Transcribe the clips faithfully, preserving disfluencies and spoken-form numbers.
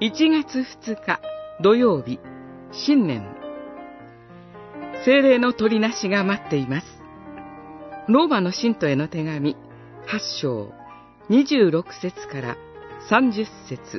いちがつふつか土曜日、新年。聖霊の取りなしが待っています。ローマの信徒への手紙はち章にじゅうろく節からさんじゅっ節。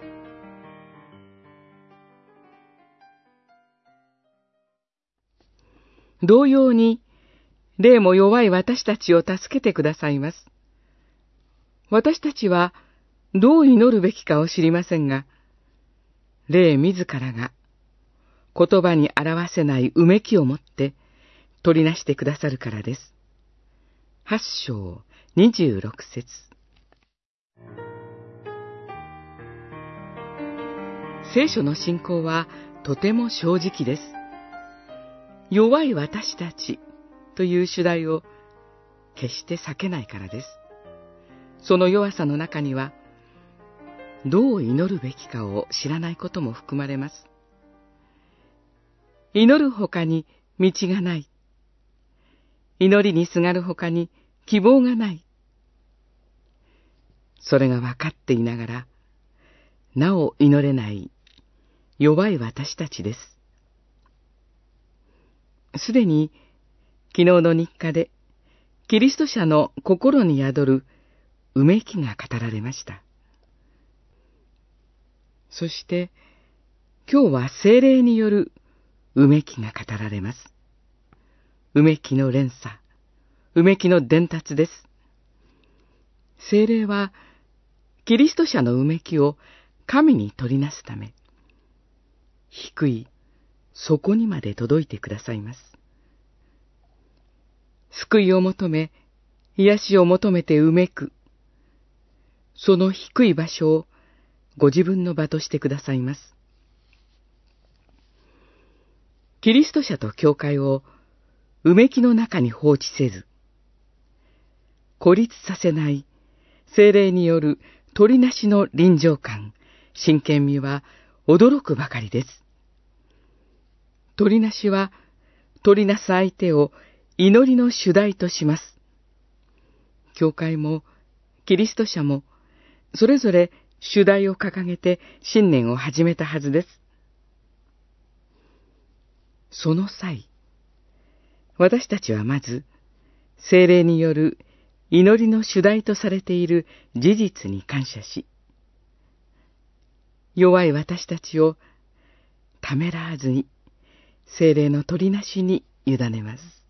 同様に、霊も弱い私たちを助けてくださいます。私たちはどう祈るべきかを知りませんが、霊自らが言葉に表せないうめきをもって取りなしてくださるからです。はち章にじゅうろく節。聖書の信仰はとても正直です。弱い私たちという主題を決して避けないからです。その弱さの中には、どう祈るべきかを知らないことも含まれます。祈るほかに道がない。祈りにすがるほかに希望がない。それが分かっていながら、なお祈れない弱い私たちです。すでに昨日の日課で、キリスト者の心に宿るうめきが語られました。そして、今日は聖霊によるうめきが語られます。うめきの連鎖、うめきの伝達です。聖霊は、キリスト者のうめきを神に取りなすため、低い底にまで届いてくださいます。救いを求め、癒しを求めてうめく、その低い場所をご自分の場としてくださいます。キリスト者と教会をうめきの中に放置せず、孤立させない聖霊による取りなしの臨場感、真剣味は驚くばかりです。取りなしは取りなす相手を祈りの主題とします。教会もキリスト者もそれぞれ主題を掲げて信念を始めたはずです。その際、私たちはまず、聖霊による祈りの主題とされている事実に感謝し、弱い私たちをためらわずに聖霊の取りなしに委ねます。